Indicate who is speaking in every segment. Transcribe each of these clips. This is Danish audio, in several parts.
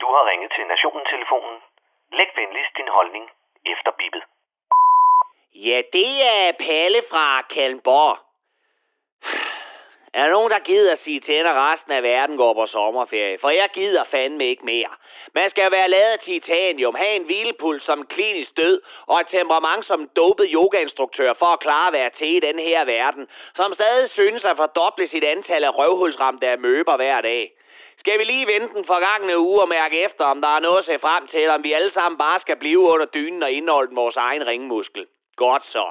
Speaker 1: har ringet til Nationen-telefonen. Læg venligst din holdning efter bippet.
Speaker 2: Ja, det er Palle fra Kalmborg. Er der nogen, der gider at sige til, at resten af verden går på sommerferie? For jeg gider fandme ikke mere. Man skal være lavet af titanium, have en hvilepuls som klinisk død, og et temperament som en dopet yogainstruktør for at klare at være til i den her verden, som stadig synes at fordoble sit antal af røvhulsramte amøber hver dag. Skal vi lige vente den forgangne uge og mærke efter, om der er noget at se frem til, om vi alle sammen bare skal blive under dynen og indholde vores egen ringmuskel? Godt så.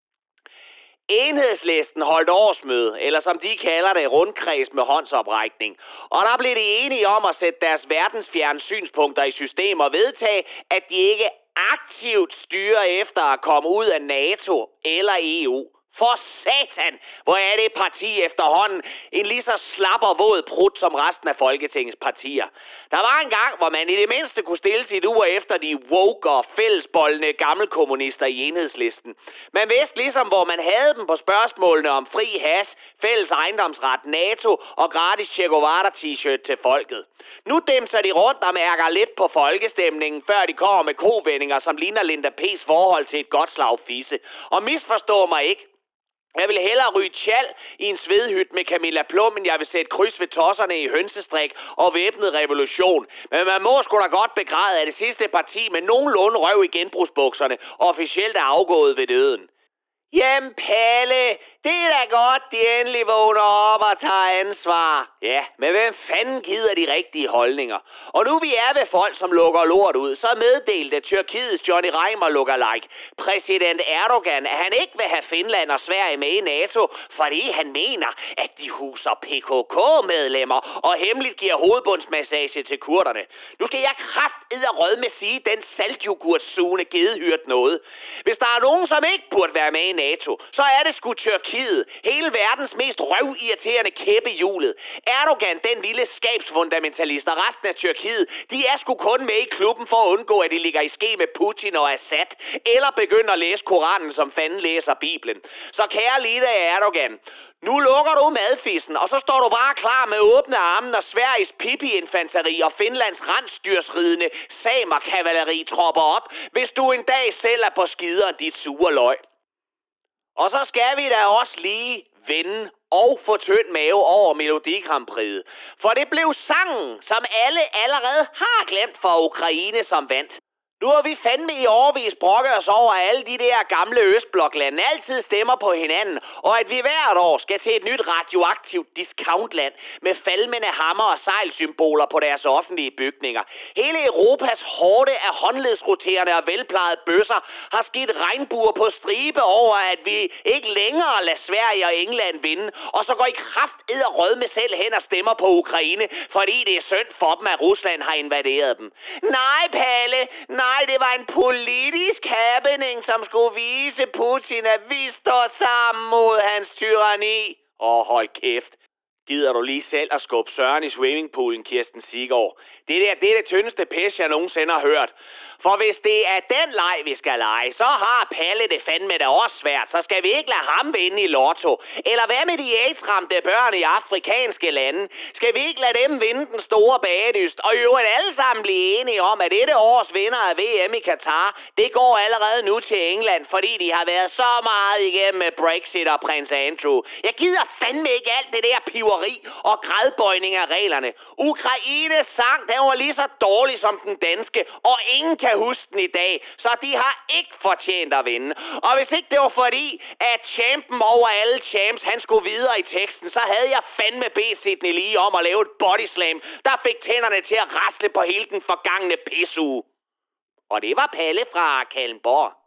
Speaker 2: Enhedslisten holdt årsmøde, eller som de kalder det, rundkreds med håndsoprækning. Og der blev de enige om at sætte deres verdensfjerne synspunkter i system og vedtage, at de ikke aktivt styrer efter at komme ud af NATO eller EU. For satan, hvor er det parti efterhånden en lige så slap og våd prut som resten af Folketingets partier. Der var en gang, hvor man i det mindste kunne stille sit ur efter de woke og fællesboldende gammelkommunister i Enhedslisten. Man vidste ligesom, hvor man havde dem på spørgsmålene om fri hash, fælles ejendomsret, NATO og gratis Che Guevara t-shirt til folket. Nu dæmser de rundt og mærker lidt på folkestemningen, før de kommer med kovendinger, som ligner Linda P's forhold til et godt slag fisse. Og misforstå mig ikke. Jeg vil hellere ryge tjal i en svedhyt med Camilla Plum, end jeg vil sætte kryds ved tosserne i hønsestrik og væbnet revolution. Men man må sgu da godt begræde, at det sidste parti med nogenlunde røv i genbrugsbukserne officielt er afgået ved døden. Jamen Palle, det er da godt, de endelig vågner op og tager ansvar. Ja, men hvem fanden gider de rigtige holdninger? Og nu vi er ved folk, som lukker lort ud, så meddelte Tyrkiets Johnny Reimer lookalike præsident Erdogan, at han ikke vil have Finland og Sverige med i NATO, fordi han mener, at de huser PKK-medlemmer og hemmeligt giver hovedbundsmassage til kurderne. Nu skal jeg kraftedderrødme sige den saltjogurtsugende gedehyrt noget. Hvis der er nogen, som ikke burde være med i NATO, så er det sgu Tyrkiet, hele verdens mest røvirriterende kæppe i hjulet. Erdogan, den lille skabsfundamentalist, og resten af Tyrkiet, de er sgu kun med i klubben for at undgå, at de ligger i ske med Putin og Assad, eller begynder at læse Koranen, som fanden læser Bibelen. Så kære lille Erdogan, nu lukker du madfissen, og så står du bare klar med åbne arme, når Sveriges Pippi-infanteri og Finlands rensdyrsridende samer-kavaleri tropper op, hvis du en dag selv er på skideren, dit sure løg. Og så skal vi da også lige vende og få tynd mave over Melodi Grand Prix. For det blev sangen, som alle allerede har glemt for Ukraine, som vandt. Nu har vi fandme i årevis brokket os over, at alle de der gamle østbloklande altid stemmer på hinanden, og at vi hvert år skal til et nyt radioaktivt discountland med falmende hammer og sejlsymboler på deres offentlige bygninger. Hele Europas hårde af håndledsroterende og velplejede bøsser har skidt regnbuer på stribe over, at vi ikke længere lader Sverige og England vinde, og så går I kraftedderrødme selv hen og stemmer på Ukraine, fordi det er synd for dem, at Rusland har invaderet dem. Nej, Palle, nej, det var en politisk happening, som skulle vise Putin, at vi står sammen mod hans tyranni. Hold kæft. Gider du lige selv at skubbe Søren i swimmingpoolen, Kirsten Siggaard? Det er det tyndeste pis, jeg nogensinde har hørt. For hvis det er den leg, vi skal lege, så har Palle det fandme da også svært. Så skal vi ikke lade ham vinde i lotto. Eller hvad med de AIDS-ramte børn i afrikanske lande? Skal vi ikke lade dem vinde den store bagedyst? Og jo at alle sammen blive enige om, at dette års vinder af VM i Katar, det går allerede nu til England, fordi de har været så meget igennem med Brexit og prins Andrew. Jeg gider fandme ikke alt det der piveri og gradbøjning af reglerne. Ukraines sang, den var lige så dårlig som den danske, og ingen kan huske den i dag, så de har ikke fortjent at vinde. Og hvis ikke det var fordi, at champen over alle champs, han skulle videre i teksten, så havde jeg fandme bedt Sidney Lee om at lave et bodyslam, der fik tænderne til at rasle på hele den forgangne pisuge. Og det var Palle fra Kalmborg.